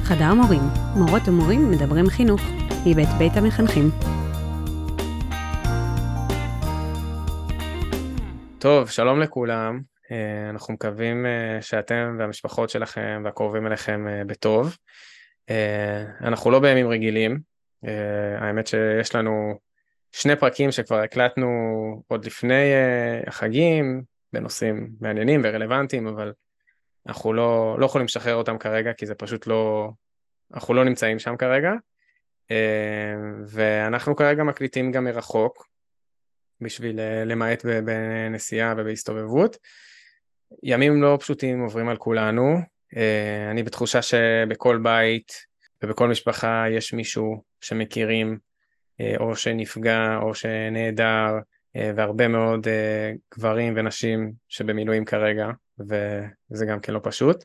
חדר מורים, מורות ומורים מדברים חינוך, מבית בית המחנכים. טוב, שלום לכולם. אנחנו מקווים שאתם והמשפחות שלכם והקרובים אליכם בטוב. אנחנו לא בימים רגילים. האמת שיש לנו שני פרקים שכבר הקלטנו עוד לפני החגים, בנושאים מעניינים ורלוונטיים, אבל אנחנו לא יכולים לשחרר אותם כרגע, כי זה פשוט לא, אנחנו לא נמצאים שם כרגע. ואנחנו כרגע מקליטים גם מרחוק, בשביל למעט בנסיעה ובהסתובבות. ימים לא פשוטים עוברים על כולנו. אני בתחושה שבכל בית ובכל משפחה יש מישהו שמכירים, או שנפגע או שנעדר, והרבה מאוד גברים ונשים שבמילואים כרגע, וזה גם כן לא פשוט.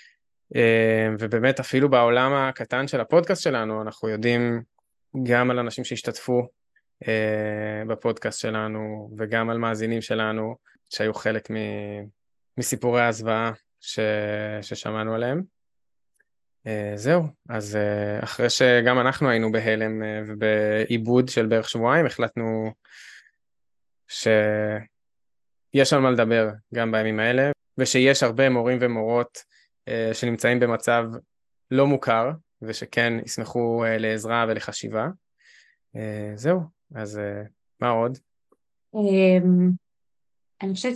ובאמת אפילו בעולם הקטן של הפודקאסט שלנו, אנחנו יודעים גם על אנשים שהשתתפו בפודקאסט שלנו, וגם על מאזינים שלנו שהיו חלק מסיפורי הזוועה ששמענו עליהם. זהו, אז אחרי שגם אנחנו היינו בהלם ובעיבוד של בערך שבועיים, החלטנו שיש על מה לדבר גם בימים האלה, ושיש הרבה מורים ומורות שנמצאים במצב לא מוכר, ושכן ישמחו לעזרה ולחשיבה. זהו, אז מה עוד? אני חושבת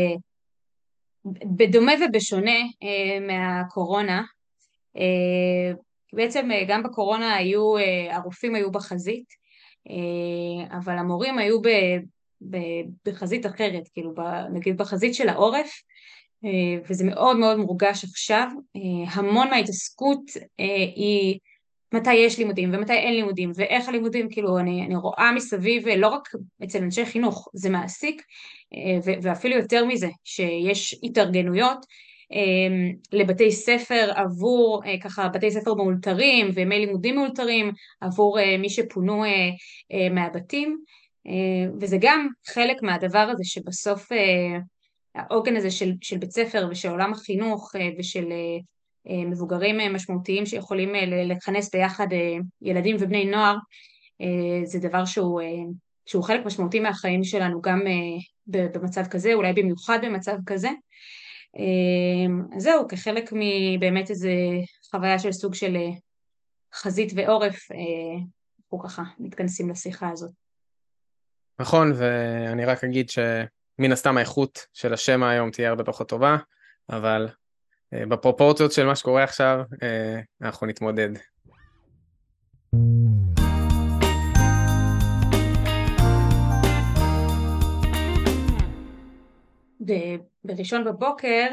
שבדומה ובשונה מהקורונה, בעצם גם בקורונה הרופאים היו בחזית, אבל המורים היו בחזית אחרת, כאילו נגיד בחזית של העורף, וזה מאוד מאוד מורגש עכשיו. המון מההתעסקות היא מתי יש לימודים ומתי אין לימודים ואיך הלימודים, כאילו אני רואה מסביב, לא רק אצל אנשי חינוך, זה מעסיק, ואפילו יותר מזה, שיש התארגנויות לבתי ספר עבור ככה בתי ספר מאולתרים וימי לימודים מאולתרים עבור מי שפונו מהבתים, וזה גם חלק מהדבר הזה שבסוף העוגן הזה של בית ספר ושל עולם החינוך ושל מבוגרים משמעותיים שיכולים לכנס ביחד ילדים ובני נוער, זה דבר שהוא חלק משמעותי מהחיים שלנו גם במצב כזה, אולי במיוחד במצב כזה. אז זהו, כחלק מבאמת איזה חוויה של סוג של חזית ועורף, אנחנו ככה מתכנסים לשיחה הזאת. נכון, ואני רק אגיד שמן הסתם האיכות של השם היום תהיה הרבה פחות טובה, אבל בפרופורציות של מה שקורה עכשיו, אנחנו נתמודד. בראשון בבוקר,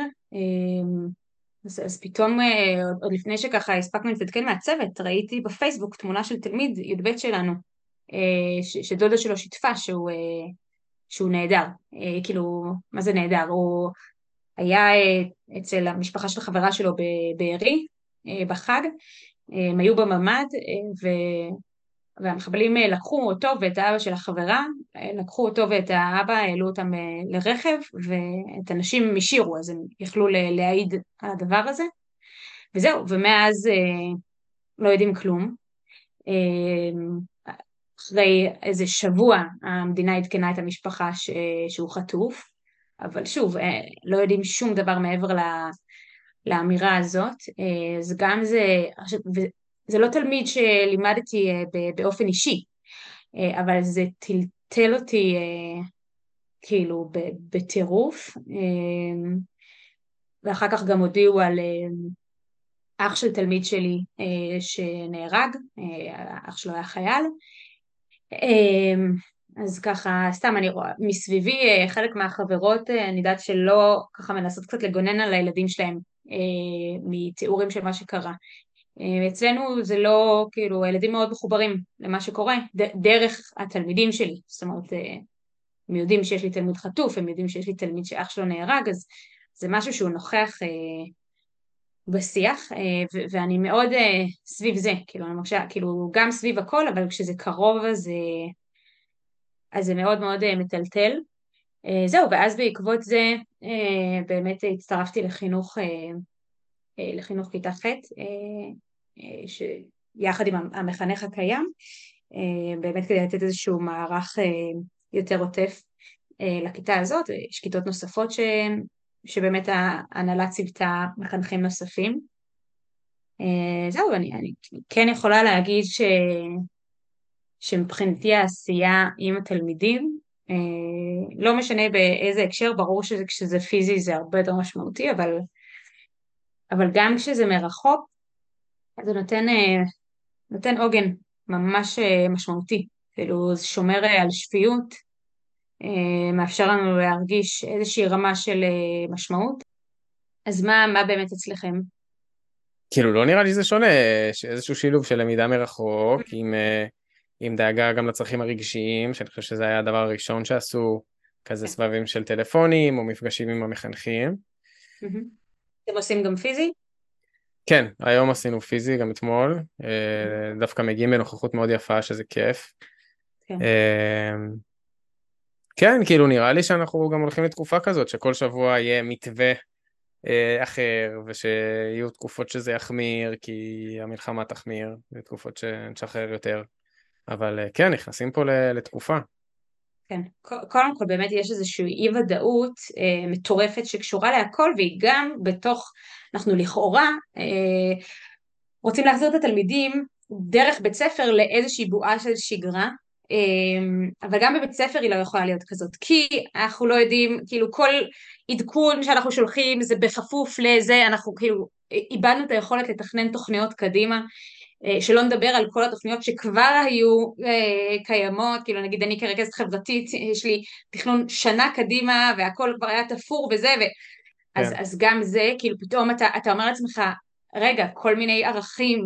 אז פתאום עוד לפני שככה הספקנו להתעדכן מהצוות, ראיתי בפייסבוק תמונה של תלמיד י"ב שלנו, שדודה שלו שיתפה שהוא נהדר. כאילו, מה זה נהדר? הוא היה אצל המשפחה של חברה שלו בארי בחג, הם היו בממד, והמחבלים לקחו אותו ואת האבא של החברה, לקחו אותו ואת האבא, העלו אותם לרכב, ואת הנשים הם השאירו, אז הם יכלו להעיד על הדבר הזה. וזהו, ומאז לא יודעים כלום. אחרי איזה שבוע המדינה עדכנה את המשפחה שהוא חטוף, אבל שוב, לא יודעים שום דבר מעבר לאמירה הזאת. אז גם זה לא תלמיד שלימדתי באופן אישי, אבל זה טלטל אותי כאילו בטירוף. ואחר כך גם הודיעו על אח של תלמיד שלי שנהרג, אח שלו היה חייל. אז ככה, סתם אני רואה, מסביבי חלק מהחברות, אני יודעת שלא ככה מנסות קצת לגונן על הילדים שלהם מתיאורים של מה שקרה. אצלנו זה לא, כאילו, הילדים מאוד מחוברים למה שקורה, דרך התלמידים שלי. זאת אומרת, הם יודעים שיש לי תלמיד חטוף, הם יודעים שיש לי תלמיד שאח שלו נהרג, אז זה משהו שהוא נוכח בשיח, ואני מאוד סביב זה, כאילו, אני מרגישה, כאילו, גם סביב הכל, אבל כשזה קרוב, אז זה מאוד מאוד מטלטל. זהו, ואז בעקבות זה, באמת הצטרפתי לחינוך כיתה ח', שיחד עם המחנך הקיים, באמת כדי לתת איזשהו מערך יותר עוטף לכיתה הזאת. יש כיתות נוספות שבאמת ההנהלה ציוותה מחנכים נוספים. זהו, אני כן יכולה להגיד שמבחינתי העשייה עם התלמידים, לא משנה באיזה הקשר, ברור שכשזה פיזי זה הרבה יותר משמעותי, אבל גם כשזה מרחוק, זה נותן עוגן ממש משמעותי, כאילו זה שומר על שפיות, מאפשר לנו להרגיש איזושהי רמה של משמעות. אז מה באמת אצלכם? כאילו לא נראה לי שזה שונה, איזשהו שילוב של למידה מרחוק, עם דאגה גם לצרכים הרגשיים, שאני חושב שזה היה הדבר הראשון שעשו, כזה סבבים של טלפונים, או מפגשים עם המחנכים. אתם עושים גם פיזי? כן, היום עשינו פיזי, גם אתמול, דווקא מגיעים בנוכחות מאוד יפה, שזה כיף. כן. כן, כאילו נראה לי שאנחנו גם הולכים לתקופה כזאת, שכל שבוע יהיה מתווה אחר, ושיהיו תקופות שזה יחמיר, כי המלחמה תחמיר, ותקופות שנשחרר יותר. אבל כן, נכנסים פה לתקופה. כן, קודם כל באמת יש איזושהי אי ודאות מטורפת שקשורה להכל, והיא גם בתוך, אנחנו לכאורה רוצים להחזיר את התלמידים דרך בית ספר לאיזושהי בועה של שגרה, אבל גם בבית ספר היא לא יכולה להיות כזאת, כי אנחנו לא יודעים, כאילו כל עדכון שאנחנו שולחים זה בכפוף לזה, אנחנו כאילו איבדנו את היכולת לתכנן תוכניות קדימה, שלא נדבר על כל התוכניות שכבר היו קיימות, כאילו נגיד אני כרכזת חברתית, יש לי תכנון שנה קדימה והכל כבר היה תפור וזה, אז גם זה, כאילו פתאום אתה אומר לעצמך, רגע, כל מיני ערכים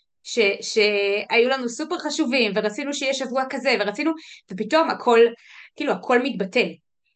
שהיו לנו סופר חשובים, ורצינו שיהיה שבוע כזה, ופתאום הכל, כאילו הכל מתבטל.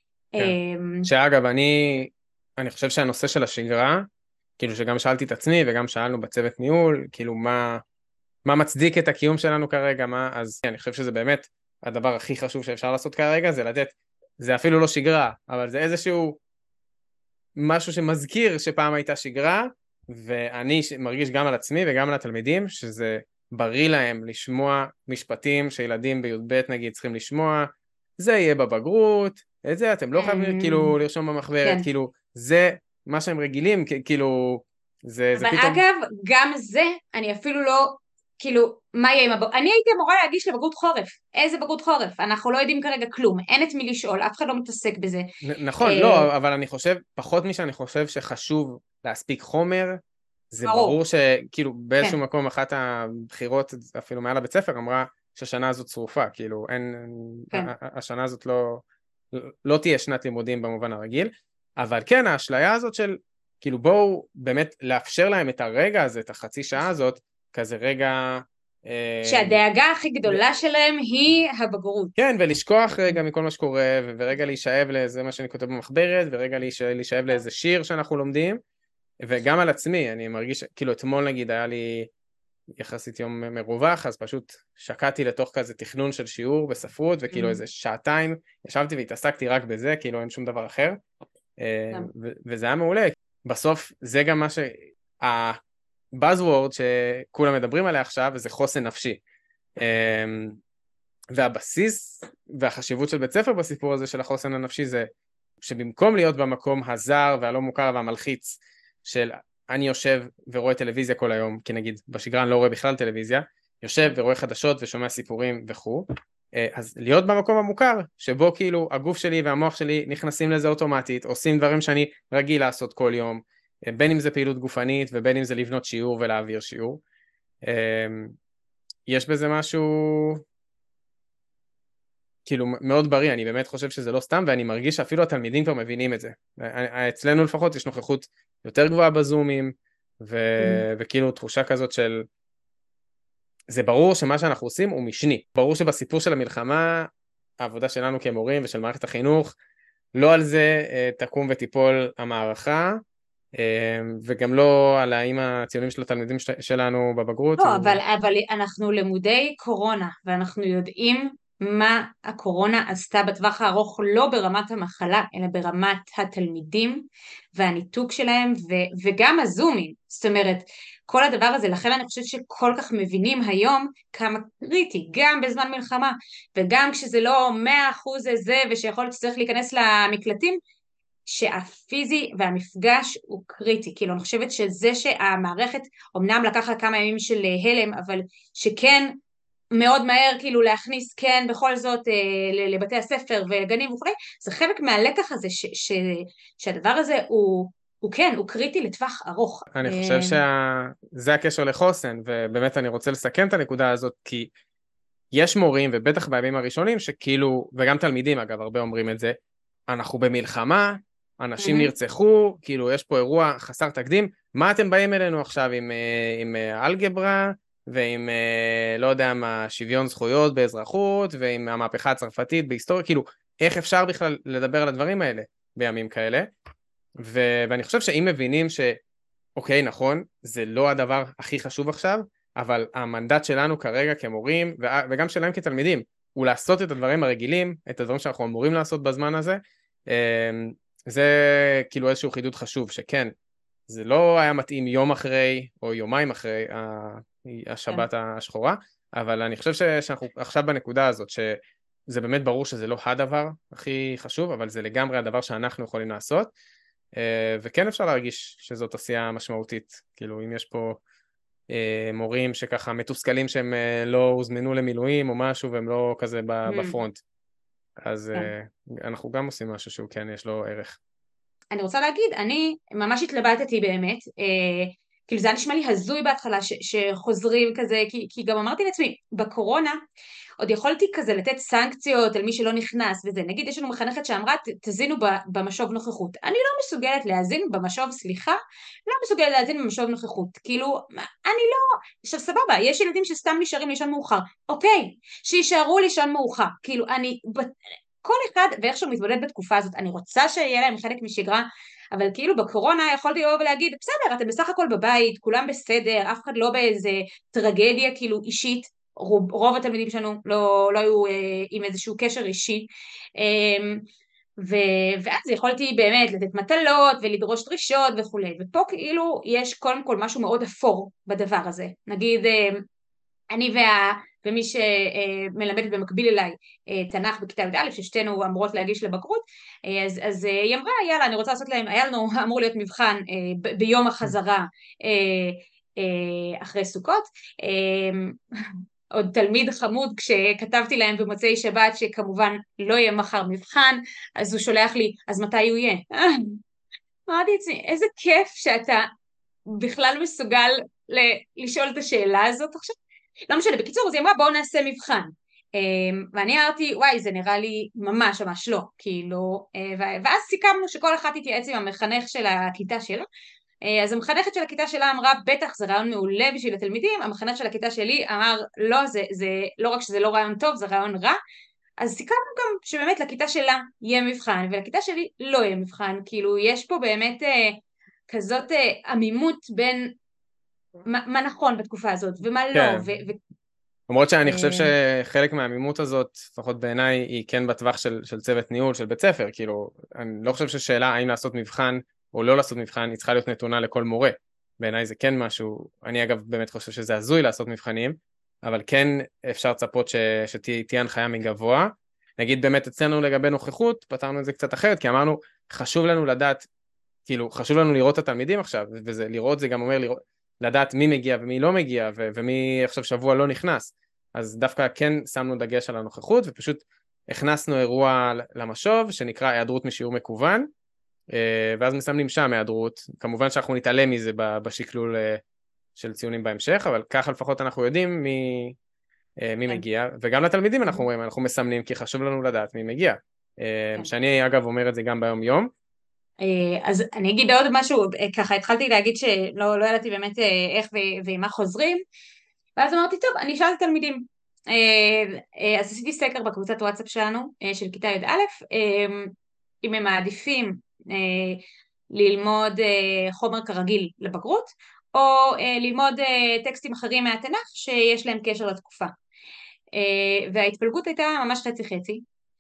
שאגב, אני חושב שהנושא של השגרה, כאילו שגם שאלתי את עצמי, וגם שאלנו בצוות ניהול, כאילו מה מצדיק את הקיום שלנו כרגע, אז אני חושב שזה באמת הדבר הכי חשוב שאפשר לעשות כרגע, זה לתת, זה אפילו לא שגרה, אבל זה איזשהו משהו שמזכיר שפעם הייתה שגרה, ואני מרגיש גם על עצמי וגם על התלמידים, שזה בריא להם לשמוע משפטים שילדים בי"ב נגיד צריכים לשמוע, זה יהיה בבגרות, את זה אתם לא חייבים כאילו לרשום במחברת, כאילו זה מה שהם רגילים, כאילו זה אבל פתאום... אגב, גם זה, אני אפילו לא, כאילו, מה יהיה עם הבגרות? אני הייתי אמורה להגיש לבגרות חורף. איזה בגרות חורף? אנחנו לא יודעים כרגע כלום, אין את מי לשאול, אף אחד לא מתעסק בזה. נכון, לא, אבל אני חושב, פחות משאני חושב שחשוב להספיק חומר, זה ברור שכאילו באיזשהו מקום אחת הבחירות, אפילו מעל הבית ספר, אמרה שהשנה הזאת צרופה, כאילו השנה הזאת לא תהיה שנת לימודים במובן הרגיל, אבל כן, האשליה הזאת של, כאילו בואו באמת לאפשר להם את הרגע הזה, את החצי שעה הזאת, כזה רגע... שהדאגה הכי גדולה שלהם היא הבגרות. כן, ולשכוח רגע מכל מה שקורה, ורגע להישאב לאיזה מה שאני כותב במחברת, ורגע להישאב לאיזה שיר שאנחנו לומדים, וגם על עצמי, אני מרגיש, כאילו אתמול נגיד היה לי יחסית יום מרווח, אז פשוט שקעתי לתוך כזה תכנון של שיעור בספרות, וכאילו איזה שעתיים ישבתי והתעסקתי רק בזה, כאילו אין שום דבר אחר, וזה היה מעולה. בסוף זה גם מה buzzword שכולם מדברים עליה עכשיו, וזה חוסן נפשי. והבסיס והחשיבות של בית ספר בסיפור הזה של החוסן הנפשי זה שבמקום להיות במקום הזר והלא מוכר והמלחיץ של אני יושב ורואה טלוויזיה כל היום, כי נגיד בשגרה אני לא רואה בכלל טלוויזיה, יושב ורואה חדשות ושומע סיפורים וכו', אז להיות במקום המוכר, שבו כאילו הגוף שלי והמוח שלי נכנסים לזה אוטומטית, עושים דברים שאני רגיל לעשות כל יום, בין אם זה פעילות גופנית ובין אם זה לבנות שיעור ולהעביר שיעור. יש בזה משהו כאילו מאוד בריא, אני באמת חושב שזה לא סתם, ואני מרגיש שאפילו התלמידים כבר מבינים את זה. אצלנו לפחות יש נוכחות יותר גבוהה בזומים, וכאילו תחושה כזאת של... זה ברור שמה שאנחנו עושים הוא משני. ברור שבסיפור של המלחמה, העבודה שלנו כמורים ושל מערכת החינוך, לא על זה תקום ותיפול המערכה, וגם לא על האם הציונים של התלמידים שלנו בבגרות. לא, אבל אנחנו למודי קורונה, ואנחנו יודעים מה הקורונה עשתה בטווח הארוך, לא ברמת המחלה, אלא ברמת התלמידים והניתוק שלהם, וגם הזומים. זאת אומרת, כל הדבר הזה, לכן אני חושבת שכל כך מבינים היום כמה קריטי, גם בזמן מלחמה, וגם כשזה לא 100% זה, ושיכול להיות שצריך להיכנס למקלטים, שהפיזי והמפגש הוא קריטי. כאילו אני חושבת שזה שהמערכת אמנם לקחה כמה ימים של הלם, אבל שכן מאוד מהר כאילו להכניס כן בכל זאת לבתי הספר וגנים וכו', זה חלק מהלקח הזה שהדבר הזה הוא כן, הוא קריטי לטווח ארוך. אני חושב שזה הקשר לחוסן, ובאמת אני רוצה לסכם את הנקודה הזאת, כי יש מורים, ובטח בימים הראשונים, שכאילו, וגם תלמידים אגב, הרבה אומרים את זה, אנחנו במלחמה, אנשים נרצחו, כאילו יש פה אירוע חסר תקדים, מה אתם באים אלינו עכשיו עם אלגברה, ועם לא יודע מה, שוויון זכויות באזרחות, ועם המהפכה הצרפתית בהיסטוריה, כאילו איך אפשר בכלל לדבר על הדברים האלה בימים כאלה, ואני חושב שאם מבינים אוקיי, נכון, זה לא הדבר הכי חשוב עכשיו, אבל המנדט שלנו כרגע כמורים, וגם שלהם כתלמידים, הוא לעשות את הדברים הרגילים, את הדברים שאנחנו אמורים לעשות בזמן הזה, זה כאילו איזשהו חידוד חשוב, שכן, זה לא היה מתאים יום אחרי, או יומיים אחרי השבת השחורה, אבל אני חושב שאנחנו עכשיו בנקודה הזאת, שזה באמת ברור שזה לא הדבר הכי חשוב, אבל זה לגמרי הדבר שאנחנו יכולים לעשות, וכן אפשר להרגיש שזאת עשייה משמעותית, כאילו אם יש פה מורים שככה מתוסכלים שהם לא הוזמנו למילואים או משהו והם לא כזה בפרונט, אז אנחנו גם עושים משהו שהוא כן יש לו ערך. אני רוצה להגיד, אני ממש התלבטתי באמת, כאילו זה היה נשמע לי הזוי בהתחלה שחוזרים כזה, כי גם אמרתי לעצמי, בקורונה עוד יכולתי כזה לתת סנקציות על מי שלא נכנס וזה, נגיד יש לנו מחנכת שאמרה תזינו במשוב נוכחות, אני לא מסוגלת להזין במשוב, סליחה, לא מסוגלת להזין במשוב נוכחות, כאילו אני לא, עכשיו סבבה, יש ילדים שסתם נשארים לישון מאוחר, אוקיי, שישארו לישון מאוחר, כאילו אני, כל אחד ואיך שהוא מתמודד בתקופה הזאת, אני רוצה שיהיה להם חלק משגרה, אבל כאילו בקורונה יכולתי לבוא ולהגיד, בסדר, אתם בסך הכל בבית, כולם בסדר, אף אחד לא באיזה טרגדיה כאילו אישית, רוב התלמידים שלנו לא היו עם איזשהו קשר אישי, ואז יכולתי באמת לתת מטלות ולדרוש דרישות וכולי, ופה כאילו יש קודם כל משהו מאוד אפור בדבר הזה, נגיד אני ומי שמלמדת במקביל אליי תנ"ך בכיתה י"א, ששתינו אמורות להגיש לבגרות, אז היא אמרה, יאללה, אני רוצה לעשות להם, היה לנו אמור להיות מבחן ביום החזרה אחרי סוכות, עוד תלמיד חמוד כשכתבתי להם במוצאי שבת שכמובן לא יהיה מחר מבחן, אז הוא שולח לי, אז מתי הוא יהיה? אמרתי לעצמי, איזה כיף שאתה בכלל מסוגל לשאול את השאלה הזאת עכשיו, לא משנה, בקיצור, אז היא אמרה בואו נעשה מבחן, ואני אמרתי וואי זה נראה לי ממש ממש לא, כאילו, ואז סיכמנו שכל אחת תתייעץ עם המחנך של הכיתה שלה, אז המחנכת של הכיתה שלה אמרה בטח זה רעיון מעולה בשביל התלמידים, המחנך של הכיתה שלי אמר לא, זה לא רק שזה לא רעיון טוב, זה רעיון רע, אז סיכמנו גם שבאמת לכיתה שלה יהיה מבחן, ולכיתה שלי לא יהיה מבחן, כאילו יש פה באמת כזאת עמימות בין מה נכון בתקופה הזאת ומה לא, למרות שאני חושב שחלק מהעמימות הזאת, לפחות בעיניי, היא כן בטווח של צוות ניהול, של בית ספר, כאילו, אני לא חושב ששאלה האם לעשות מבחן או לא לעשות מבחן, היא צריכה להיות נתונה לכל מורה. בעיניי זה כן משהו, אני אגב באמת חושב שזה הזוי לעשות מבחנים, אבל כן אפשר לצפות שתהיה הנחיה מגבוה. נגיד באמת אצלנו לגבי נוכחות, פתרנו את זה קצת אחרת, כי אמרנו, חשוב לנו לדעת, כאילו, חשוב לנו לראות את התלמידים עכשיו, ולראות זה גם אומר לדעת מי מגיע ומי לא מגיע, ומי עכשיו שבוע לא נכנס. אז דווקא כן שמנו דגש על הנוכחות, ופשוט הכנסנו אירוע למשוב, שנקרא היעדרות משיעור מקוון, ואז מסמנים שם היעדרות, כמובן שאנחנו נתעלם מזה בשקלול של ציונים בהמשך, אבל ככה לפחות אנחנו יודעים מי מגיע, וגם לתלמידים אנחנו רואים, אנחנו מסמנים, כי חשוב לנו לדעת מי מגיע, שאני אגב אומר את זה גם ביום יום. אז אני אגיד עוד משהו, ככה התחלתי להגיד שלא ידעתי באמת איך ועם מה חוזרים, ואז אמרתי טוב אני אשאל את התלמידים, אז עשיתי סקר בקבוצת וואטסאפ שלנו של כיתה י"א, אם הם מעדיפים ללמוד חומר כרגיל לבגרות, או ללמוד טקסטים אחרים מהתנ"ך שיש להם קשר לתקופה. וההתפלגות הייתה ממש חצי חצי.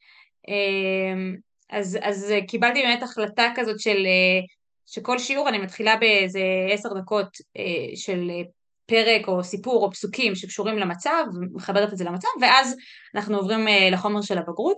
אז קיבלתי באמת החלטה כזאת שכל שיעור אני מתחילה באיזה 10 דקות של פרק או סיפור או פסוקים שקשורים למצב, מחברת את זה למצב, ואז אנחנו עוברים לחומר של הבגרות.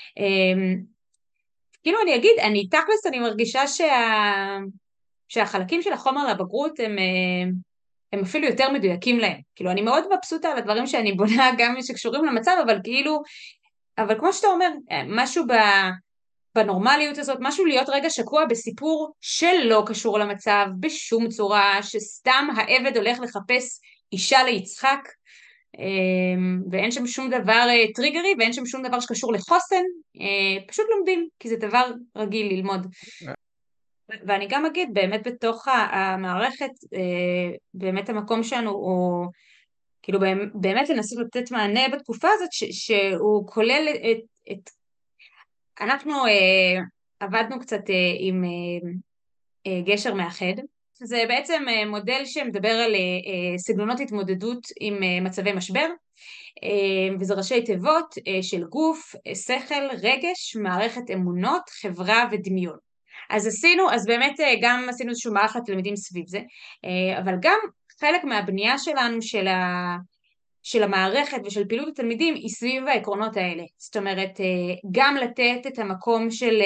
כאילו אני אגיד, תכלס אני מרגישה שהחלקים של החומר לבגרות הם אפילו יותר מדויקים להם. כאילו אני מאוד מבסוטה על הדברים שאני בונה גם שקשורים למצב, אבל כמו שאתה אומר, משהו בנורמליות הזאת, משהו להיות רגע שקוע בסיפור שלא קשור למצב בשום צורה, שסתם העבד הולך לחפש אישה ליצחק, ואין שם שום דבר טריגרי, ואין שם שום דבר שקשור לחוסן, פשוט לומדים, כי זה דבר רגיל ללמוד. ואני גם אגיד, באמת בתוך המערכת, באמת המקום שלנו הוא, כאילו באמת לנסות לתת מענה בתקופה הזאת, שהוא כולל אנחנו עבדנו קצת עם גשר מאחד, זה בעצם מודל שמדבר על סגנונות התמודדות עם מצבי משבר, וזה ראשי תיבות של גוף, שכל, רגש, מערכת אמונות, חברה ודמיון. אז באמת גם עשינו איזשהו מערך לתלמידים סביב זה, אבל גם חלק מהבנייה שלנו של המערכת ושל פעילות התלמידים היא סביב העקרונות האלה. זאת אומרת, גם לתת את המקום של,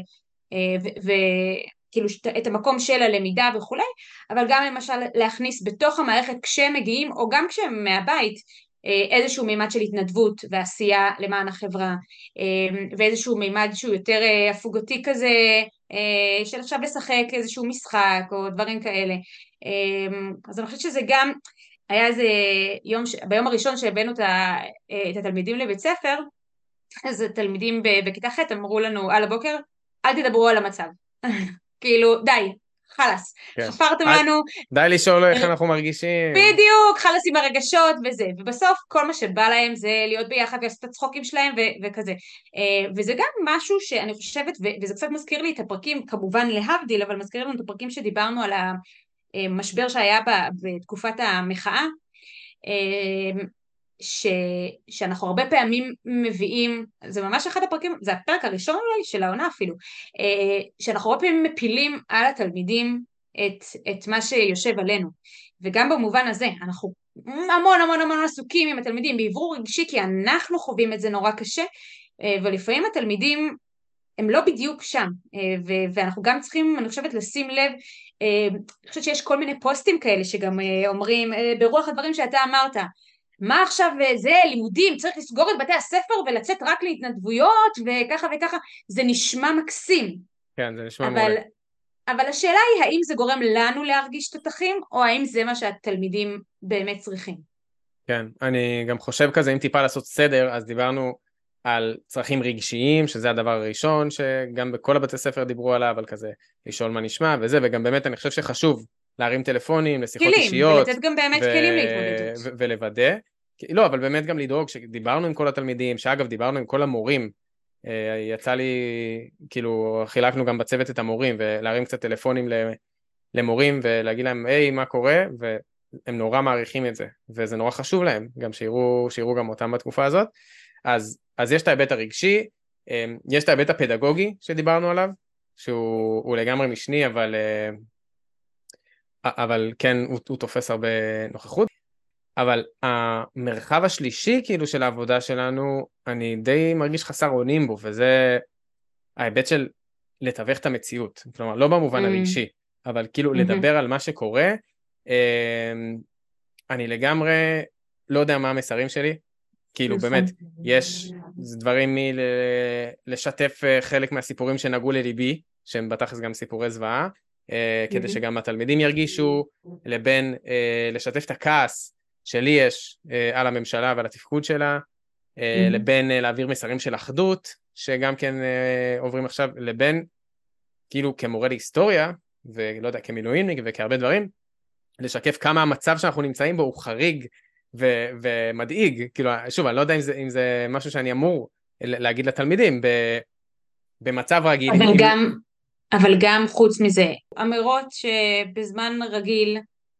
וכאילו את המקום של הלמידה וכולי, אבל גם למשל להכניס בתוך המערכת כשהם מגיעים, או גם כשהם מהבית, איזשהו מימד של התנדבות ועשייה למען החברה, ואיזשהו מימד שהוא יותר הפוגתי כזה, של עכשיו לשחק איזשהו משחק או דברים כאלה. אז אני חושבת שזה גם, היה איזה יום, ביום הראשון שהבאנו את התלמידים לבית ספר, אז התלמידים בכיתה ח' אמרו לנו על הבוקר, אל תדברו על המצב. כאילו, די, חלס, חפרתם לנו. די לשאול איך אנחנו מרגישים. בדיוק, חלס עם הרגשות וזה. ובסוף כל מה שבא להם זה להיות ביחד ולעשות את הצחוקים שלהם וכזה. וזה גם משהו שאני חושבת, וזה קצת מזכיר לי את הפרקים, כמובן להבדיל, אבל מזכיר לנו את הפרקים שדיברנו על המשבר שהיה בתקופת המחאה, שאנחנו הרבה פעמים מביאים, זה ממש אחד הפרקים, זה הפרק הראשון אולי של העונה אפילו, שאנחנו הרבה פעמים מפילים על התלמידים את מה שיושב עלינו, וגם במובן הזה אנחנו המון המון המון עסוקים עם התלמידים בעברור רגשי, כי אנחנו חווים את זה נורא קשה, ולפעמים התלמידים הם לא בדיוק שם, ואנחנו גם צריכים, אני חושבת, לשים לב, אני חושבת שיש כל מיני פוסטים כאלה שגם אומרים, ברוח הדברים שאתה אמרת, מה עכשיו זה, לימודים, צריך לסגור את בתי הספר ולצאת רק להתנדבויות וככה וככה, זה נשמע מקסים. כן, זה נשמע מעולה. אבל השאלה היא, האם זה גורם לנו להרגיש תותחים, או האם זה מה שהתלמידים באמת צריכים? כן, אני גם חושב כזה, אם טיפה לעשות סדר, אז דיברנו על צרכים רגשיים, שזה הדבר הראשון, שגם בכל הבתי ספר דיברו עליו, על כזה לשאול מה נשמע וזה, וגם באמת אני חושב שחשוב להרים טלפונים, לשיחות אישיות. ולתת גם באמת כלים להתמודדות. ולוודא. לא, אבל באמת גם לדאוג, שדיברנו עם כל התלמידים, שאגב דיברנו עם כל המורים, יצא לי, כאילו חילקנו גם בצוות את המורים, ולהרים קצת טלפונים למורים, ולהגיד להם, היי, מה קורה? והם נורא מעריכים את זה, וזה נורא חשוב להם, גם שיראו גם אותם בתקופה הזאת. אז יש את ההיבט הרגשי, יש את ההיבט הפדגוגי שדיברנו עליו, שהוא לגמרי משני, אבל כן, הוא תופס הרבה נוכחות. אבל המרחב השלישי כאילו של העבודה שלנו, אני די מרגיש חסר אונים בו, וזה ההיבט של לתווך את המציאות, כלומר לא במובן הרגשי, אבל כאילו לדבר על מה שקורה. אני לגמרי לא יודע מה המסרים שלי, כאילו באמת יש דברים לשתף חלק מהסיפורים שנגעו לליבי, שהם בתכלס גם סיפורי זוועה, כדי שגם התלמידים ירגישו, לבין לשתף את הכעס שלי יש על הממשלה ועל התפקוד שלה, לבין להעביר מסרים של אחדות, שגם כן עוברים עכשיו, לבין כאילו כמורה להיסטוריה, ולא יודע, כמילואימניק וכהרבה דברים, לשקף כמה המצב שאנחנו נמצאים בו הוא חריג ומדאיג, כאילו שוב, אני לא יודע אם זה משהו שאני אמור להגיד לתלמידים, במצב רגיל. אבל גם חוץ מזה, אמירות שבזמן רגיל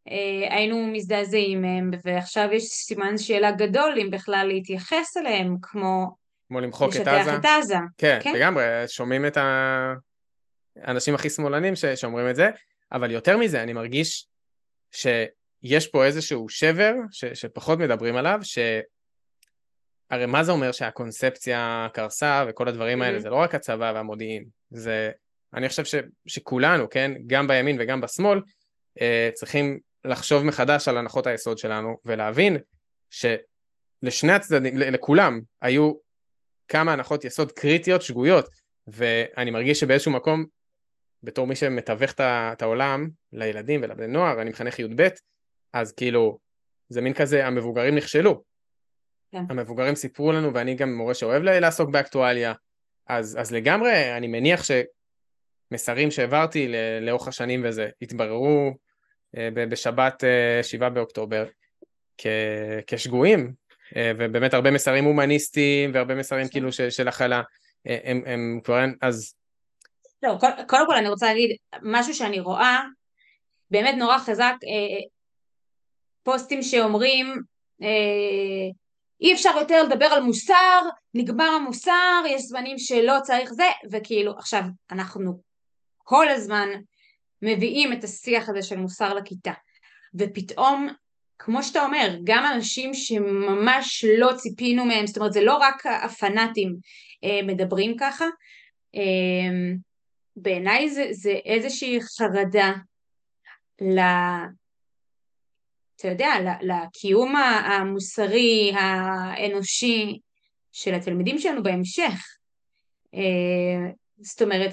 היינו מזדעזעים מהם, ועכשיו יש סימן שאלה גדול אם בכלל להתייחס אליהם כמו כמו למחוק את לשטח עזה. את עזה. כן, כן? לגמרי, שומעים את האנשים הכי שמאלנים שאומרים את זה, אבל יותר מזה, אני מרגיש שיש פה איזשהו שבר שפחות מדברים עליו, הרי מה זה אומר שהקונספציה קרסה וכל הדברים האלה, זה לא רק הצבא והמודיעין, זה, אני חושב שכולנו, כן, גם בימין וגם בשמאל, צריכים לחשוב מחדש על הנחות היסוד שלנו, ולהבין שלשני הצדדים, לכולם, היו כמה הנחות יסוד קריטיות, שגויות, ואני מרגיש שבאיזשהו מקום, בתור מי שמתווך את העולם לילדים ולבני נוער, אני מחנך י"ב, אז כאילו, זה מין כזה, המבוגרים נכשלו. כן. המבוגרים סיפרו לנו, ואני גם מורה שאוהב לעסוק באקטואליה, אז לגמרי, אני מניח שמסרים שהעברתי לאורך השנים וזה, התבררו בשבת 7 באוקטובר, כשגויים, ובאמת הרבה מסרים הומניסטיים, והרבה מסרים כאילו של הכלה, הם כבר אין, אז... לא, קודם כל אני רוצה להגיד, משהו שאני רואה, באמת נורא חזק, פוסטים שאומרים, אי אפשר יותר לדבר על מוסר, נגמר המוסר, יש זמנים שלא צריך זה, וכאילו, עכשיו, אנחנו כל הזמן מביאים את השיח הזה של מוסר לכיתה, ופתאום, כמו שאתה אומר, גם אנשים שממש לא ציפינו מהם, זאת אומרת, זה לא רק הפנאטים מדברים ככה, בעיניי זה איזושהי חרדה אתה יודע, לקיום המוסרי, האנושי של התלמידים שלנו בהמשך. זאת אומרת,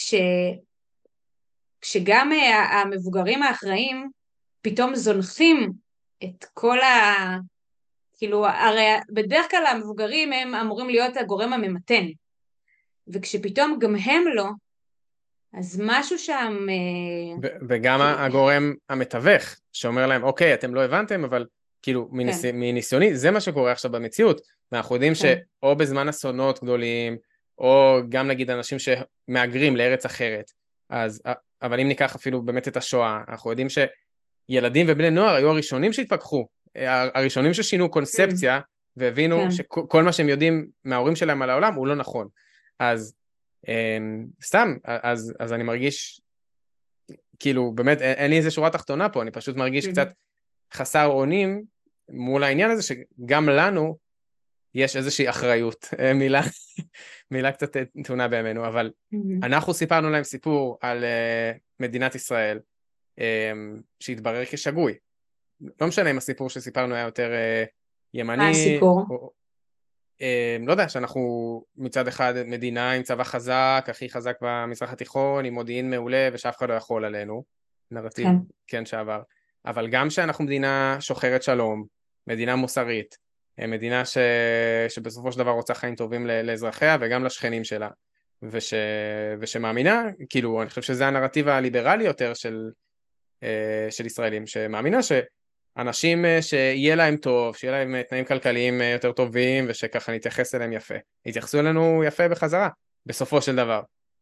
כשגם המבוגרים האחראים פתאום זונחים את כל כאילו, הרי בדרך כלל המבוגרים הם אמורים להיות הגורם הממתן, וכשפתאום גם הם לא, אז משהו שם... וגם הגורם המתווך, שאומר להם, אוקיי, אתם לא הבנתם, אבל כאילו, מניסיוני, זה מה שקורה עכשיו במציאות, ואנחנו יודעים שאו בזמן אסונות גדולים, או גם נגיד אנשים שמאגרים לארץ אחרת, אבל אם ניקח אפילו באמת את השואה, אנחנו יודעים שילדים ובני נוער היו הראשונים שהתפכחו, הראשונים ששינו קונספציה, והבינו שכל מה שהם יודעים מההורים שלהם על העולם הוא לא נכון. אז סתם, אז אני מרגיש, כאילו, באמת, אין לי איזה שורה תחתונה פה, אני פשוט מרגיש קצת חסר אונים מול העניין הזה, שגם לנו יש איזושהי אחריות, מילה קצת נתונה בימינו, אבל אנחנו סיפרנו להם סיפור על מדינת ישראל, שהתברר כשגוי. לא משנה אם הסיפור שסיפרנו היה יותר ימני, מה הסיפור? לא יודע, שאנחנו מצד אחד מדינה עם צבא חזק, הכי חזק במזרח התיכון, עם מודיעין מעולה, ושאף אחד לא יכול עלינו, נרטיב כן שעבר, אבל גם שאנחנו מדינה שוחרת שלום, מדינה מוסרית, מדינה שבסופו של דבר רוצה חיים טובים לאזרחיה, וגם לשכנים שלה, ושמאמינה, כאילו, אני חושב שזה הנרטיב הליברלי יותר של ישראלים, שמאמינה אנשים שיהיה להם טוב, שיהיה להם תנאים כלכליים יותר טובים, ושככה נתייחס אליהם יפה. התייחסו אלינו יפה בחזרה, בסופו של דבר.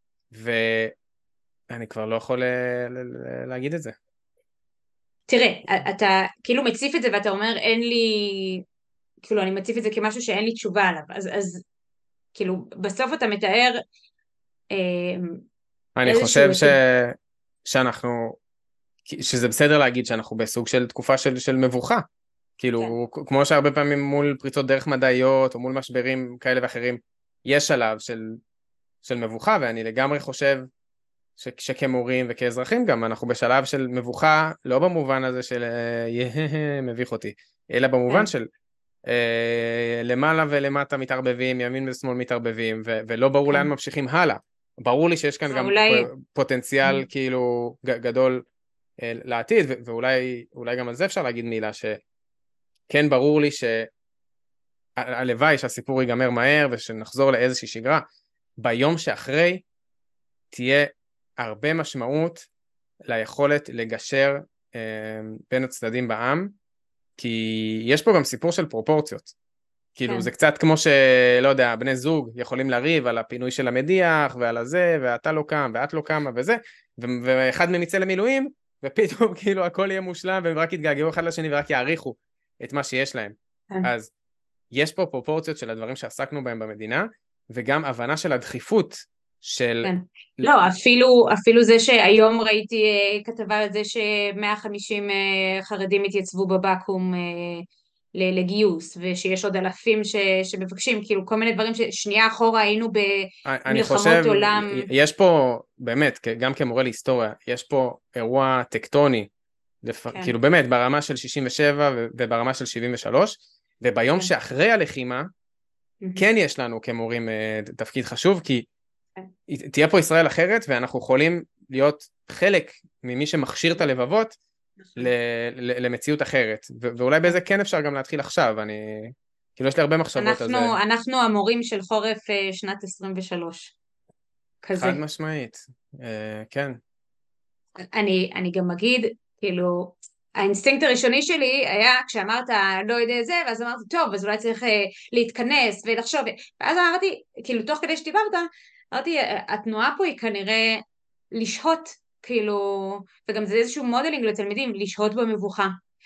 ואני כבר לא יכול להגיד את זה. תראה, אתה כאילו מציף את זה, ואתה אומר, אין לי, כאילו אני מציף את זה כמשהו שאין לי תשובה עליו. אז כאילו, בסוף אתה מתאר אני חושב שזה בסדר להגיד שאנחנו בסוג של תקופה של מבוכה, כאילו, כמו שהרבה פעמים מול פריצות דרך מדעיות, או מול משברים כאלה ואחרים, יש שלב של מבוכה, ואני לגמרי חושב שכמורים וכאזרחים גם, אנחנו בשלב של מבוכה, לא במובן הזה של מביך אותי, אלא במובן של למעלה ולמטה מתערבבים, ימין ושמאל מתערבבים, ולא ברור לאן ממשיכים הלאה. ברור לי שיש כאן גם פוטנציאל כאילו גדול לעתיד, ואולי גם על זה אפשר להגיד מילה, שכן ברור לי שהלוואי שהסיפור ייגמר מהר, ושנחזור לאיזושהי שגרה, ביום שאחרי תהיה הרבה משמעות ליכולת לגשר בין הצדדים בעם, כי יש פה גם סיפור של פרופורציות, כאילו זה קצת כמו שלא יודע, בני זוג יכולים לריב על הפינוי של המדיח ועל הזה, ואתה לא קם ואת לא קמה וזה, ואחד מהם יצא למילואים, ופתאום כאילו הכל יהיה מושלם, והם רק יתגעגעו אחד לשני ורק יעריכו את מה שיש להם. כן. אז יש פה פרופורציות של הדברים שעסקנו בהם במדינה, וגם הבנה של הדחיפות של... כן. לא, אפילו זה שהיום ראיתי כתבה על זה ש150 חרדים התייצבו בבקו"ם לגיוס, ושיש עוד אלפים שמבקשים, כאילו כל מיני דברים ששנייה אחורה היינו אני חושב, במלחמות עולם. יש פה, באמת, גם כמורה להיסטוריה, יש פה אירוע טקטוני, כן. כאילו באמת, ברמה של 67 וברמה של 73, וביום כן. שאחרי הלחימה, כן יש לנו כמורים תפקיד חשוב, כי תהיה פה ישראל אחרת, ואנחנו יכולים להיות חלק ממי שמכשיר את הלבבות למציאות אחרת, ואולי בזה כן אפשר גם להתחיל עכשיו, כאילו יש לי הרבה מחשבות על זה. אנחנו המורים של חורף שנת 23, כזה. חד משמעית, כן. אני גם אגיד, כאילו, האינסטינקט הראשוני שלי היה כשאמרת לא יודע זה, ואז אמרתי טוב, אז אולי צריך להתכנס ולחשוב, ואז אמרתי, כאילו תוך כדי שדיברת, אמרתי התנועה פה היא כנראה לשהות, כאילו, וגם זה איזשהו מודלינג לתלמידים, לשהות במבוכה,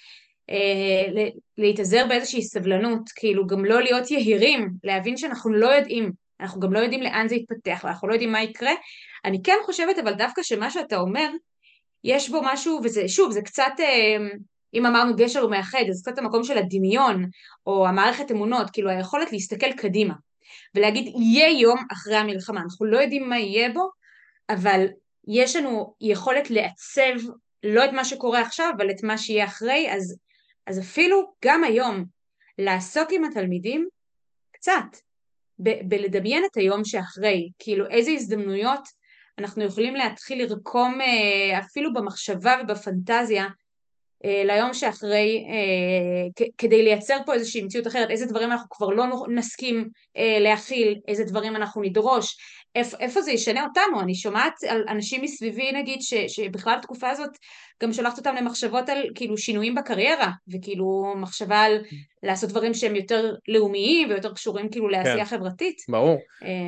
להתאזר באיזושהי סבלנות, כאילו גם לא להיות יהירים, להבין שאנחנו לא יודעים, אנחנו גם לא יודעים לאן זה יתפתח, ואנחנו לא יודעים מה יקרה. אני כן חושבת אבל דווקא שמה שאתה אומר, יש בו משהו, וזה שוב, זה קצת, אם אמרנו גשר ומאחד, אז קצת המקום של הדמיון, או המערכת אמונות, כאילו היכולת להסתכל קדימה, ולהגיד יהיה יום אחרי המלחמה, אנחנו לא יודעים מה יהיה בו, אבל יש לנו יכולת לעצב לא את מה שקורה עכשיו, אבל את מה שיהיה אחרי, אז אפילו גם היום, לעסוק עם התלמידים, קצת, בלדמיין את היום שאחרי, כאילו איזה הזדמנויות אנחנו יכולים להתחיל לרקום אפילו במחשבה ובפנטזיה ליום שאחרי, כדי לייצר פה איזושהי מציאות אחרת, איזה דברים אנחנו כבר לא נסכים להכיל, איזה דברים אנחנו נדרוש, איפה זה ישנה אותנו. אני שומעת על אנשים מסביבי נגיד שבכלל התקופה הזאת גם שולחת אותם למחשבות על כאילו שינויים בקריירה, וכאילו מחשבה על לעשות דברים שהם יותר לאומיים ויותר קשורים כאילו לעשייה כן, חברתית. ברור.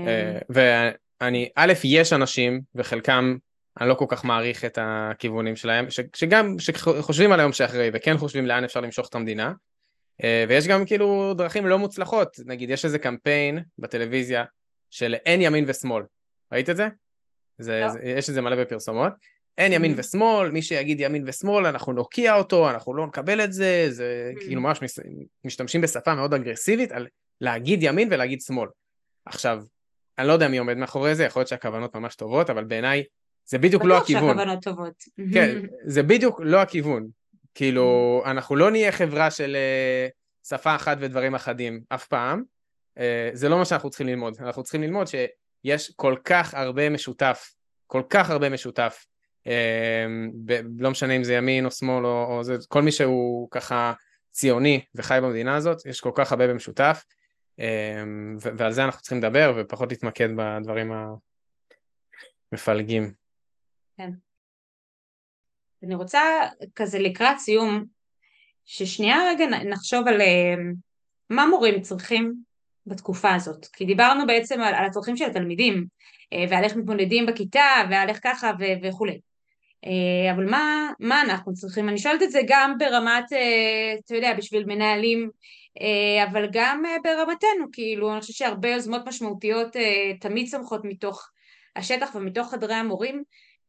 א', יש אנשים, וחלקם אני לא כל כך מעריך את הכיוונים שלהם, שגם שחושבים על היום שאחרי, וכן חושבים לאן אפשר למשוך את המדינה, ויש גם כאילו דרכים לא מוצלחות, נגיד יש איזה קמפיין בטלוויזיה של אין ימין ושמאל, ראית את זה? יש את זה מלא בפרסומות, אין ימין ושמאל, מי שיגיד ימין ושמאל אנחנו נוקיע אותו, אנחנו לא נקבל את זה, זה כאילו ממש משתמשים בשפה מאוד אגרסיבית על להגיד ימין ולהגיד שמאל. עכשיו, אני לא יודע מי עומד מאחורי זה, יכול להיות שהכוונות ממש טובות, אבל בעיניי זה בדיוק לא הכיוון. בטוח שהכוונות טובות. כן, זה בדיוק לא הכיוון. כאילו, אנחנו לא נהיה חברה של שפה אחת ודברים אחדים אף פעם. זה לא מה שאנחנו צריכים ללמוד. אנחנו צריכים ללמוד שיש כל כך הרבה משותף, כל כך הרבה משותף, לא משנה אם זה ימין או שמאל או זה, כל מי שהוא ככה ציוני וחי במדינה הזאת, יש כל כך הרבה במשותף, ועל זה אנחנו צריכים לדבר ופחות להתמקד בדברים המפלגים. כן. אני רוצה כזה לקראת סיום, ששנייה רגע נחשוב על מה מורים צריכים בתקופה הזאת, כי דיברנו בעצם על הצרכים של התלמידים, ועל איך מתמודדים בכיתה, ועל איך ככה וכו'. אבל מה אנחנו צריכים? אני שואלת את זה גם ברמת, אתה יודע, בשביל מנהלים, אבל גם ברמתנו, כאילו, אני חושבת שהרבה יוזמות משמעותיות תמיד צמחות מתוך השטח ומתוך חדרי המורים.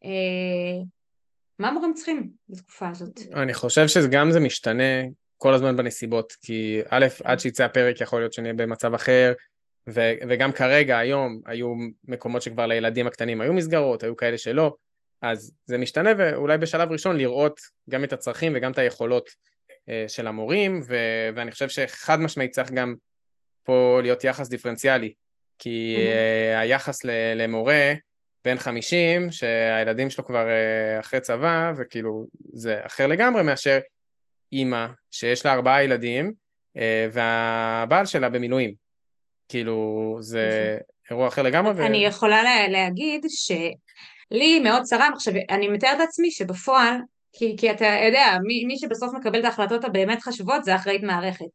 מה המורים צריכים בתקופה הזאת? אני חושב שגם זה משתנה כל הזמן בנסיבות, כי א', עד שיצא הפרק יכול להיות שנהיה במצב אחר, וגם כרגע, היום, היו מקומות שכבר לילדים הקטנים היו מסגרות, היו כאלה שלא, אז זה משתנה, ואולי בשלב ראשון לראות גם את הצרכים וגם את היכולות של המורים, ואני חושב שחד משמעית צריך גם פה להיות יחס דיפרנציאלי, כי היחס למורה בן 50, שהילדים שלו כבר אחרי צבא, וכאילו זה אחר לגמרי מאשר אימא שיש לה 4 ילדים, והבעל שלה במילואים. כאילו זה אירוע אחר לגמרי. אני יכולה להגיד שלי מאוד צרם, עכשיו אני מתארת לעצמי שבפועל, כי אתה יודע, מי שבסוף מקבל את ההחלטות הבאמת חשובות זה אחראית מערכת.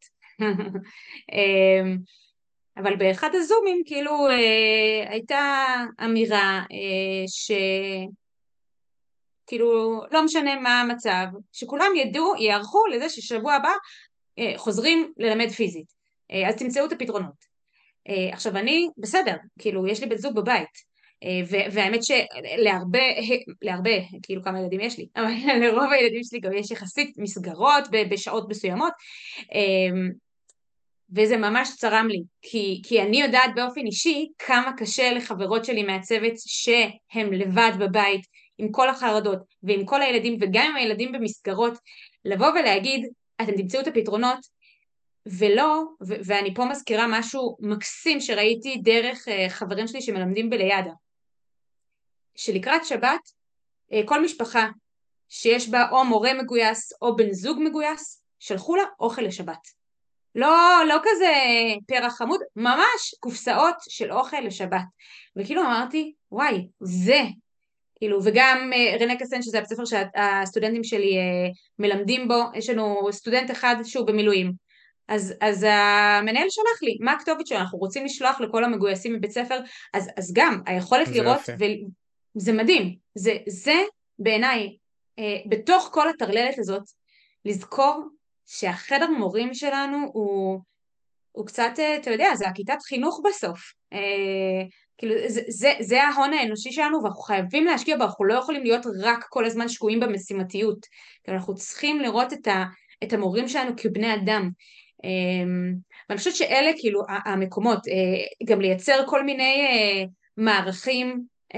אבל באחד הזומים כאילו הייתה אמירה כאילו לא משנה מה המצב, שכולם ידעו, יערכו לזה ששבוע הבא חוזרים ללמד פיזית. אז תמצאו את הפתרונות. עכשיו אני בסדר, כאילו יש לי בן זוג בבית, והאמת שלהרבה, להרבה, כאילו כמה ילדים יש לי, אבל לרוב הילדים שלי גם יש יחסית מסגרות בשעות מסוימות, וזה ממש צרם לי, כי אני יודעת באופן אישי כמה קשה לחברות שלי מהצוות שהם לבד בבית, עם כל החרדות ועם כל הילדים וגם עם הילדים במסגרות, לבוא ולהגיד, אתם תמצאו את הפתרונות, ולא, ואני פה מזכירה משהו מקסים שראיתי דרך חברים שלי שמלמדים בליד"ה, שלקראת שבת, כל משפחה שיש בה או מורה מגויס או בן זוג מגויס, שלחו לה אוכל לשבת. לא כזה פרח חמוד, ממש קופסאות של אוכל לשבת. וכאילו אמרתי, וואי, זה, כאילו, וגם רנה קסן, שזה הבית ספר שהסטודנטים שלי מלמדים בו, יש לנו סטודנט אחד שהוא במילואים. אז המנהל שלח לי, מה הכתובת שלנו, אנחנו רוצים לשלוח לכל המגויסים מבית ספר, אז גם היכולת לראות, זה מדהים, זה בעיניי, בתוך כל הטרללת הזאת, לזכור שהחדר מורים שלנו הוא קצת, אתה יודע, זה הכיתת חינוך בסוף, כאילו זה ההון האנושי שלנו, ואנחנו חייבים להשקיע בו, אנחנו לא יכולים להיות רק כל הזמן שקועים במשימתיות, אנחנו צריכים לראות את המורים שלנו כבני אדם, ואני חושבת שאלה כאילו המקומות, גם לייצר כל מיני מערכים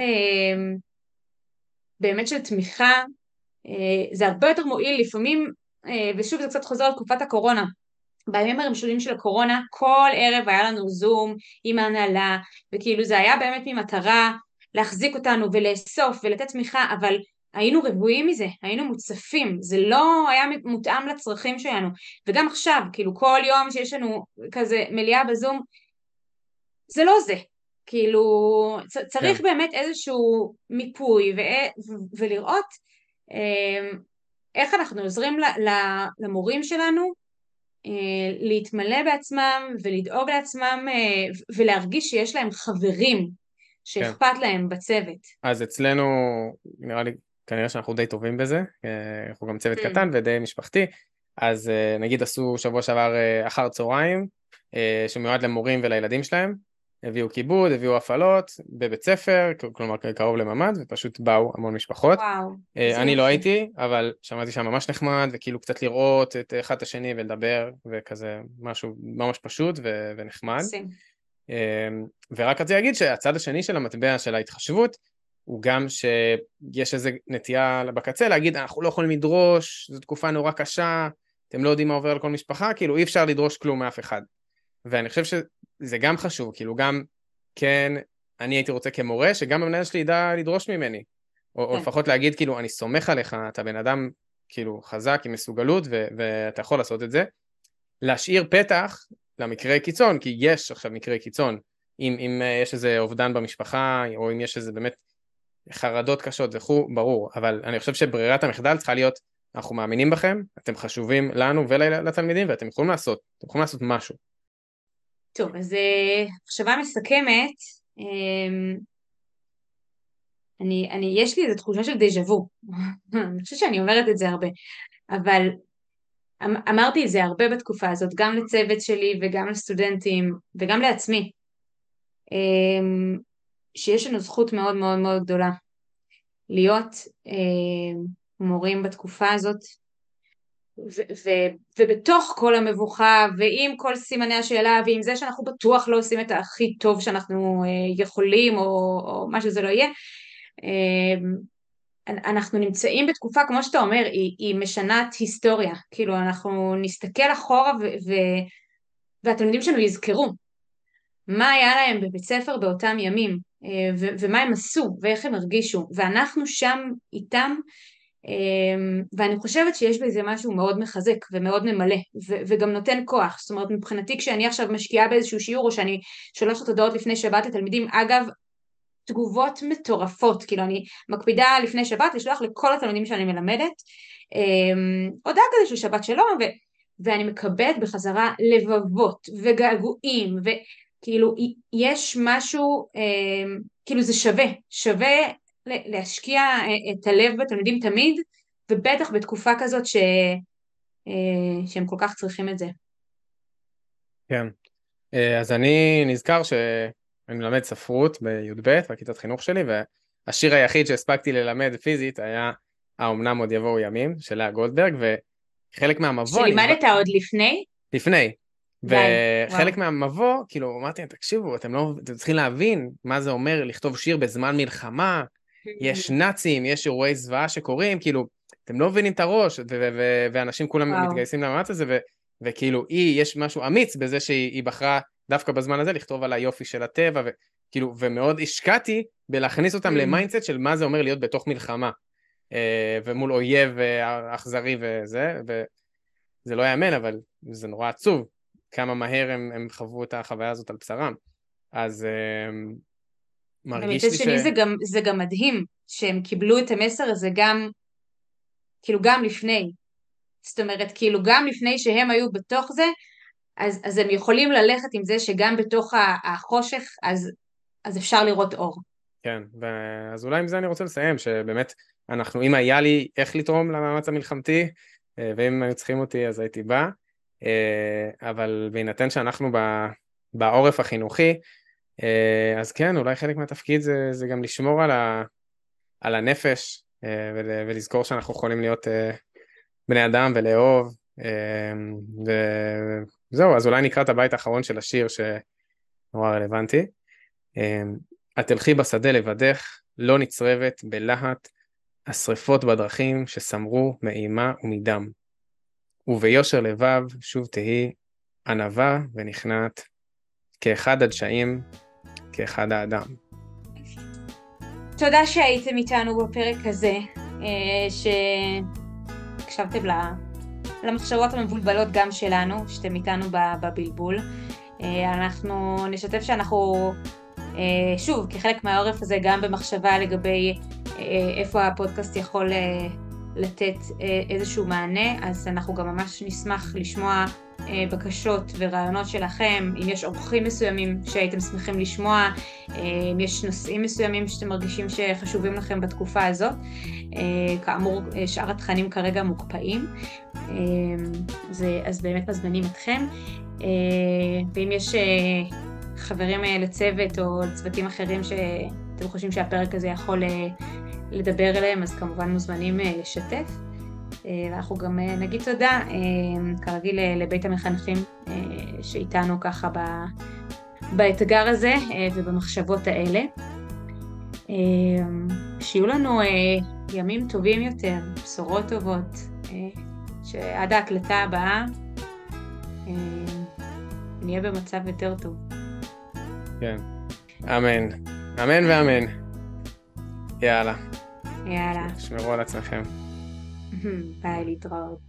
באמת של תמיכה, זה הרבה יותר מועיל לפעמים, ושוב זה קצת חוזר על תקופת הקורונה, בימים הראשונים של הקורונה כל ערב היה לנו זום עם ההנהלה, וכאילו זה היה באמת ממטרה להחזיק אותנו ולאסוף ולתת תמיכה, אבל היינו רבועים מזה, היינו מוצפים, זה לא היה מותאם לצרכים שלנו, וגם עכשיו, כאילו כל יום שיש לנו כזה מליאה בזום, זה לא זה, כאילו צריך באמת איזשהו מיפוי ולראות איך אנחנו עוזרים למורים שלנו להתמלא בעצמם ולדאוג לעצמם ולהרגיש שיש להם חברים שאכפת להם בצוות. אז אצלנו נראה לי כנראה שאנחנו די טובים בזה, אנחנו גם צוות קטן ודי משפחתי, אז נגיד עשו שבוע שעבר אחר צהריים שמיועד למורים ולילדים שלהם, הביאו כיבוד, הביאו הפעלות בבית ספר, כלומר קרוב לממ"ד, ופשוט באו המון משפחות. אני לא הייתי, אבל שמעתי שם ממש נחמד, וכאילו קצת לראות את אחד השני ולדבר, וכזה משהו ממש פשוט ונחמד. ורק רציתי להגיד שהצד השני של המטבע של ההתחשבות, הוא גם שיש איזו נטייה בקצה להגיד, אנחנו לא יכולים לדרוש, זו תקופה נורא קשה, אתם לא יודעים מה עובר על כל משפחה, כאילו אי אפשר לדרוש כלום מאף אחד. ואני חושב שזה גם חשוב, כאילו גם, כן, אני הייתי רוצה כמורה, שגם המנהל שלי ידע לדרוש ממני, או לפחות להגיד, כאילו, אני סומך עליך, אתה בן אדם, כאילו, חזק, עם מסוגלות, ואתה יכול לעשות את זה, להשאיר פתח למקרה קיצון, כי יש עכשיו מקרה קיצון, אם יש איזה אובדן במשפחה, או אם יש איזה באמת חרדות קשות וכו', ברור, אבל אני חושב שברירת המחדל צריכה להיות, אנחנו מאמינים בכם, אתם חשובים לנו ולתלמידים, ואתם יכולים לעשות משהו. טוב, אז מחשבה מסכמת, יש לי איזו תחושה של דז'ה וו, אני חושבת שאני אומרת את זה הרבה, אבל אמרתי את זה הרבה בתקופה הזאת, גם לצוות שלי וגם לסטודנטים וגם לעצמי, שיש לנו זכות מאוד מאוד מאוד גדולה להיות מורים בתקופה הזאת, ובתוך כל המבוכה ועם כל סימני השאלה ועם זה שאנחנו בטוח לא עושים את הכי טוב שאנחנו יכולים או מה שזה לא יהיה, אנחנו נמצאים בתקופה כמו שאתה אומר, היא משנת היסטוריה, כאילו אנחנו נסתכל אחורה והתלמידים שלנו יזכרו מה היה להם בבית ספר באותם ימים ומה הם עשו ואיך הם הרגישו, ואנחנו שם איתם, ואני חושבת שיש בזה משהו מאוד מחזק ומאוד ממלא וגם נותן כוח. זאת אומרת, מבחינתי כשאני עכשיו משקיעה באיזשהו שיעור או שאני שולחת הודעות לפני שבת לתלמידים, אגב תגובות מטורפות, כאילו אני מקפידה לפני שבת לשלוח לכל התלמידים שאני מלמדת הודעה כזה של שבת שלום, ואני מקבלת בחזרה לבבות וגעגועים, וכאילו יש משהו, כאילו זה שווה להשקיע את הלב בתלמידים תמיד, ובטח בתקופה כזאת שהם כל כך צריכים את זה. כן. אז אני נזכר שאני מלמד ספרות בי"ב, בכיתת חינוך שלי, והשיר היחיד שהספקתי ללמד פיזית היה האומנם עוד יבואו ימים, של לאה גולדברג, וחלק מהמבוא... שלימדת עוד לפני? לפני. די, וחלק וואו. מהמבוא, כאילו, אמרתי, תקשיבו, אתם צריכים להבין מה זה אומר לכתוב שיר בזמן מלחמה, יש נאצים, יש אירועי זוועה שקורים, כאילו, אתם לא מבינים את הראש, ואנשים כולם וואו. מתגייסים למאמץ הזה, וכאילו, יש משהו אמיץ בזה שהיא בחרה דווקא בזמן הזה לכתוב על היופי של הטבע, וכאילו, ומאוד השקעתי בלהכניס אותם למיינדסט של מה זה אומר להיות בתוך מלחמה, ומול אויב אכזרי וזה, וזה לא יאמן, אבל זה נורא עצוב, כמה מהר הם חוו את החוויה הזאת על בשרם. אז מרגיש לי שני זה גם מדהים שהם קיבלו את המסר הזה גם, כאילו גם לפני. זאת אומרת, כאילו גם לפני שהם היו בתוך זה, אז הם יכולים ללכת עם זה שגם בתוך החושך, אז אפשר לראות אור. כן, אז אולי עם זה אני רוצה לסיים, שבאמת אם היה לי איך לתרום למאמץ המלחמתי, ואם היו צריכים אותי אז הייתי בא, אבל בהינתן שאנחנו בעורף החינוכי, אז כן, אולי חלק מהתפקיד זה גם לשמור על הנפש, ולזכור שאנחנו יכולים להיות בני אדם ולאהוב, וזהו, אז אולי נקרא את הבית האחרון של השיר שנורא רלוונטי. את תלכי בשדה לבדך, לא נצרבת בלהט, השריפות בדרכים שסמרו מאימה ומדם. וביושר לבב שוב תהי ענווה ונכנעת, כאחד הדשאים, כאחד האדם. תודה שהייתם איתנו בפרק הזה, שהקשבתם למחשבות המבולבלות גם שלנו, שאתם איתנו בבלבול. אנחנו נשתף שאנחנו, שוב, כחלק מהעורף הזה, גם במחשבה לגבי איפה הפודקאסט יכול לתת איזשהו מענה, אז אנחנו גם ממש נשמח לשמוע בקשות ורעיונות שלכם, אם יש אורחים מסוימים שהייתם שמחים לשמוע, אם יש נושאים מסוימים שאתם מרגישים שחשובים לכם בתקופה הזאת. כאמור, שאר התכנים כרגע מוקפאים, אז באמת מזמינים אתכם. ואם יש חברים לצוות או צוותים אחרים שאתם חושבים שהפרק הזה יכול לדבר אליהם, אז כמובן מוזמנים לשתף. ואנחנו גם נגיד תודה, כרגיל, לבית המחנכים שאיתנו ככה באתגר הזה ובמחשבות האלה. שיהיו לנו ימים טובים יותר, בשורות טובות, שעד ההקלטה הבאה נהיה במצב יותר טוב. כן, אמן, אמן ואמן. יאללה. יאללה. שמרו על עצמכם. ביי, להתראות.